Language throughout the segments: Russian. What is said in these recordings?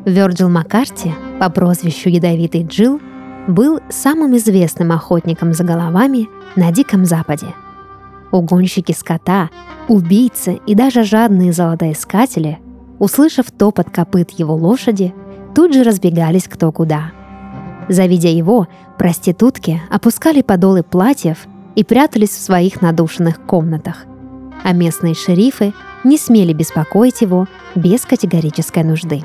Вёрджил Маккарти по прозвищу Ядовитый Джилл был самым известным охотником за головами на Диком Западе. Угонщики скота, убийцы и даже жадные золотоискатели, услышав топот копыт его лошади, тут же разбегались кто куда. Завидя его, проститутки опускали подолы платьев и прятались в своих надушенных комнатах, а местные шерифы не смели беспокоить его без категорической нужды.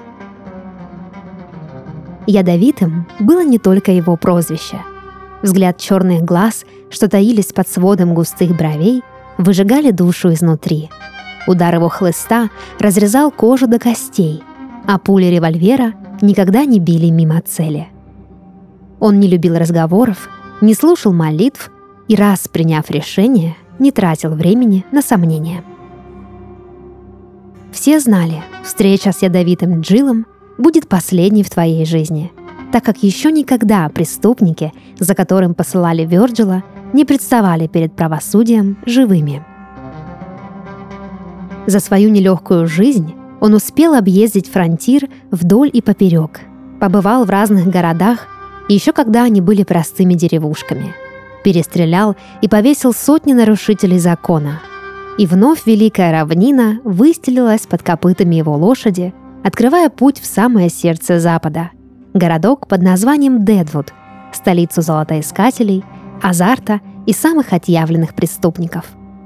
Ядовитым было не только его прозвище. Взгляд черных глаз, что таились под сводом густых бровей, выжигали душу изнутри. Удар его хлыста разрезал кожу до костей, а пули револьвера никогда не били мимо цели. Он не любил разговоров, не слушал молитв и, раз приняв решение, не тратил времени на сомнения. Все знали, встреча с Ядовитым Джиллом будет последней в твоей жизни, так как еще никогда преступники, за которым посылали Вёрджила, не представали перед правосудием живыми. За свою нелегкую жизнь он успел объездить фронтир вдоль и поперек, побывал в разных городах, еще когда они были простыми деревушками, перестрелял и повесил сотни нарушителей закона. И вновь Великая Равнина выстелилась под копытами его лошади, открывая путь в самое сердце Запада — городок под названием Дедвуд, столицу золотоискателей, азарта и самых отъявленных преступников.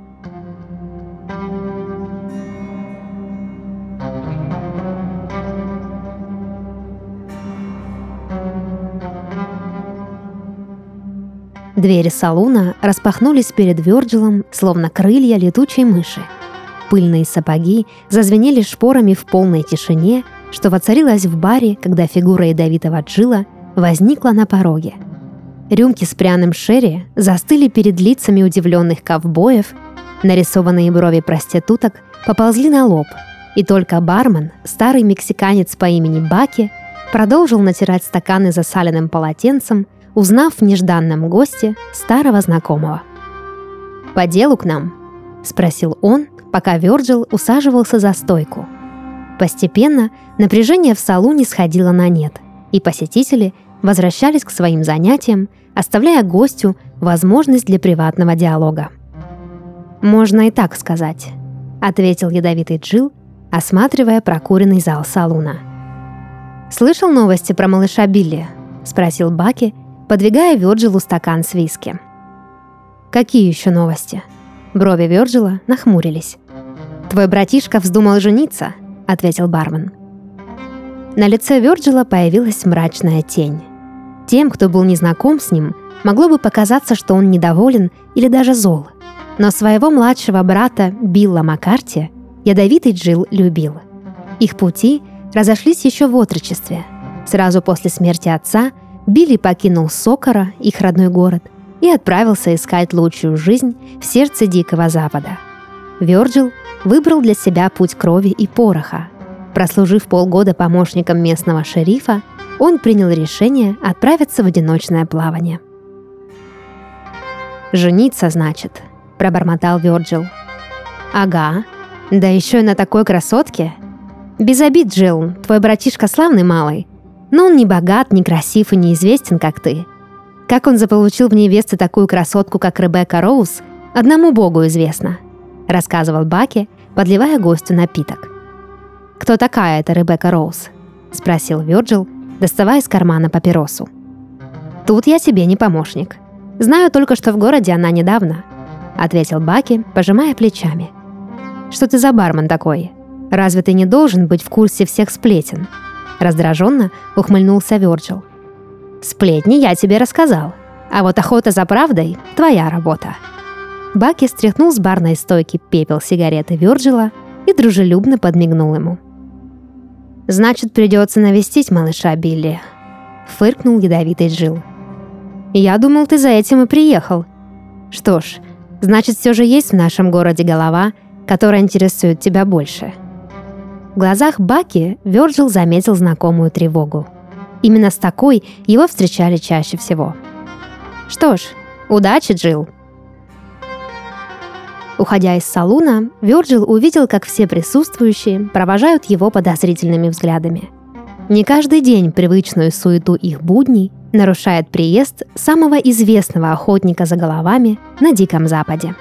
Двери салуна распахнулись перед Вёрджилом, словно крылья летучей мыши. Пыльные сапоги зазвенели шпорами в полной тишине, что воцарилось в баре, когда фигура Ядовитого Джилла возникла на пороге. Рюмки с пряным шерри застыли перед лицами удивленных ковбоев, нарисованные брови проституток поползли на лоб, и только бармен, старый мексиканец по имени Баки, продолжил натирать стаканы засаленным полотенцем, узнав в нежданном госте старого знакомого. «По делу к нам?» — спросил он, пока Вёрджил усаживался за стойку. Постепенно напряжение в салуне сходило на нет, и посетители возвращались к своим занятиям, оставляя гостю возможность для приватного диалога. «Можно и так сказать», — ответил Ядовитый Джилл, осматривая прокуренный зал салуна. «Слышал новости про малыша Билли?» — спросил Баки, подвигая Вёрджилу стакан с виски. «Какие еще новости?» Брови Вёрджила нахмурились. «Твой братишка вздумал жениться», — ответил бармен. На лице Вёрджила появилась мрачная тень. Тем, кто был незнаком с ним, могло бы показаться, что он недоволен или даже зол. Но своего младшего брата Билла Маккарти Ядовитый Джилл любил. Их пути разошлись еще в отрочестве. Сразу после смерти отца Билли покинул Сокора, их родной город, и отправился искать лучшую жизнь в сердце Дикого Запада. Вёрджил выбрал для себя путь крови и пороха. Прослужив полгода помощником местного шерифа, он принял решение отправиться в одиночное плавание. «Жениться, значит», — пробормотал Вёрджил. «Ага, да еще и на такой красотке. Без обид, Джилл, твой братишка славный малый, но он не богат, не красив и не известен, как ты. Как он заполучил в невесты такую красотку, как Ребекка Роуз, одному богу известно», — рассказывал Баки, подливая гостю напиток. «Кто такая эта Ребекка Роуз?» — спросил Вёрджил, доставая из кармана папиросу. «Тут я тебе не помощник. Знаю только, что в городе она недавно», — ответил Баки, пожимая плечами. «Что ты за бармен такой? Разве ты не должен быть в курсе всех сплетен?» Раздраженно ухмыльнулся Вёрджил. «Сплетни я тебе рассказал, а вот охота за правдой — твоя работа». Баки стряхнул с барной стойки пепел сигареты Вёрджила и дружелюбно подмигнул ему. «Значит, придется навестить малыша Билли», — фыркнул Ядовитый Джилл. «Я думал, ты за этим и приехал. Что ж, значит, все же есть в нашем городе голова, которая интересует тебя больше». В глазах Баки Вёрджил заметил знакомую тревогу. Именно с такой его встречали чаще всего. «Что ж, удачи, Джилл!» Уходя из салуна, Вёрджил увидел, как все присутствующие провожают его подозрительными взглядами. Не каждый день привычную суету их будней нарушает приезд самого известного охотника за головами на Диком Западе.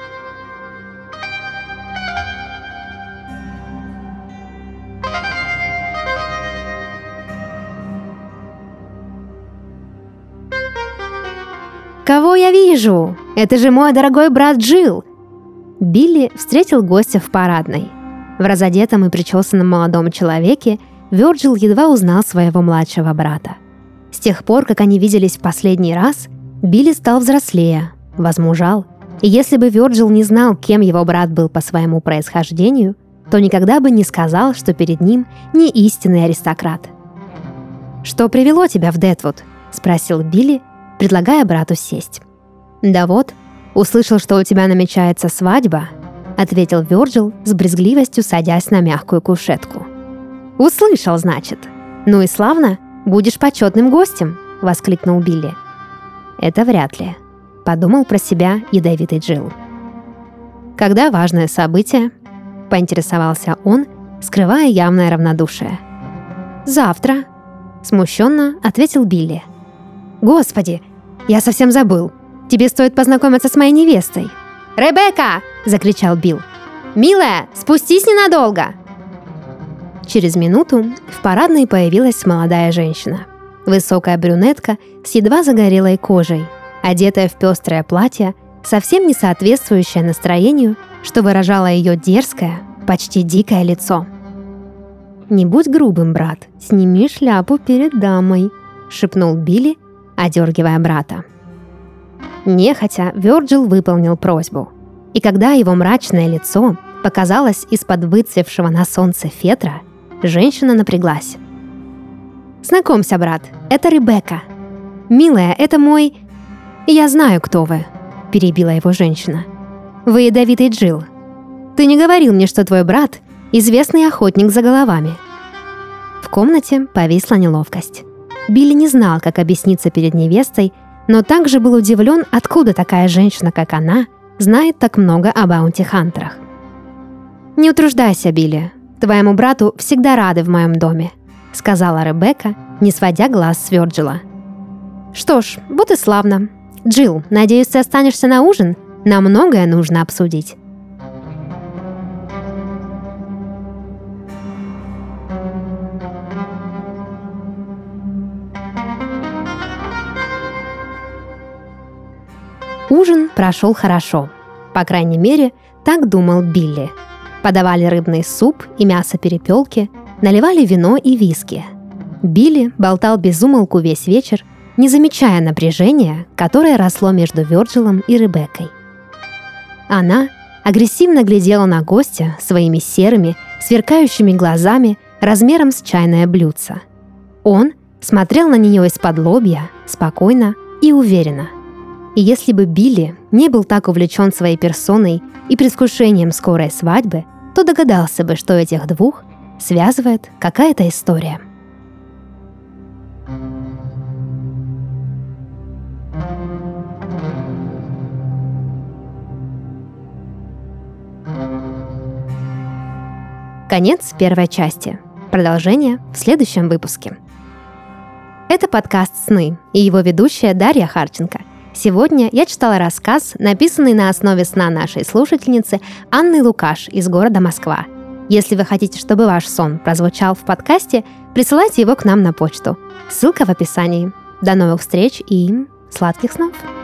«Кого я вижу? Это же мой дорогой брат Джилл!» Билли встретил гостя в парадной. В разодетом и причесанном молодом человеке Вёрджил едва узнал своего младшего брата. С тех пор, как они виделись в последний раз, Билли стал взрослее, возмужал, и если бы Вёрджил не знал, кем его брат был по своему происхождению, то никогда бы не сказал, что перед ним не истинный аристократ. «Что привело тебя в Детвуд?» — спросил Билли, предлагая брату сесть. «Да вот, услышал, что у тебя намечается свадьба», — ответил Вёрджил с брезгливостью, садясь на мягкую кушетку. «Услышал, значит? Ну и славно, будешь почетным гостем», — воскликнул Билли. «Это вряд ли», — подумал про себя ядовитый Джилл. «Когда важное событие?» — поинтересовался он, скрывая явное равнодушие. «Завтра», — смущенно ответил Билли. «Господи, я совсем забыл. Тебе стоит познакомиться с моей невестой». «Ребекка!» — закричал Билл. «Милая, спустись ненадолго!» Через минуту в парадной появилась молодая женщина. Высокая брюнетка с едва загорелой кожей, одетая в пестрое платье, совсем не соответствующее настроению, что выражало ее дерзкое, почти дикое лицо. «Не будь грубым, брат, сними шляпу перед дамой», — шепнул Билли, одергивая брата. Нехотя Вёрджил выполнил просьбу, и когда его мрачное лицо показалось из-под выцвевшего на солнце фетра, женщина напряглась. «Знакомься, брат, это Ребекка. Милая, это мой...» «Я знаю, кто вы», — перебила его женщина. «Вы ядовитый Джилл. Ты не говорил мне, что твой брат — известный охотник за головами». В комнате повисла неловкость. Билли не знал, как объясниться перед невестой, но также был удивлен, откуда такая женщина, как она, знает так много о баунти-хантерах. «Не утруждайся, Билли. Твоему брату всегда рады в моем доме», — сказала Ребекка, не сводя глаз с Вёрджила. «Что ж, вот и славно. Джилл, надеюсь, ты останешься на ужин? Нам многое нужно обсудить». Ужин прошел хорошо. По крайней мере, так думал Билли. Подавали рыбный суп и мясо-перепелки, наливали вино и виски. Билли болтал без умолку весь вечер, не замечая напряжения, которое росло между Вёрджилом и Ребеккой. Она агрессивно глядела на гостя своими серыми, сверкающими глазами размером с чайное блюдце. Он смотрел на нее из-под лобья, спокойно и уверенно. И если бы Билли не был так увлечен своей персоной и предвкушением скорой свадьбы, то догадался бы, что этих двух связывает какая-то история. Конец первой части. Продолжение в следующем выпуске. Это подкаст «Сны» и его ведущая Дарья Харченко. Сегодня я читала рассказ, написанный на основе сна нашей слушательницы Анны Лукаш из города Москва. Если вы хотите, чтобы ваш сон прозвучал в подкасте, присылайте его к нам на почту. Ссылка в описании. До новых встреч и сладких снов!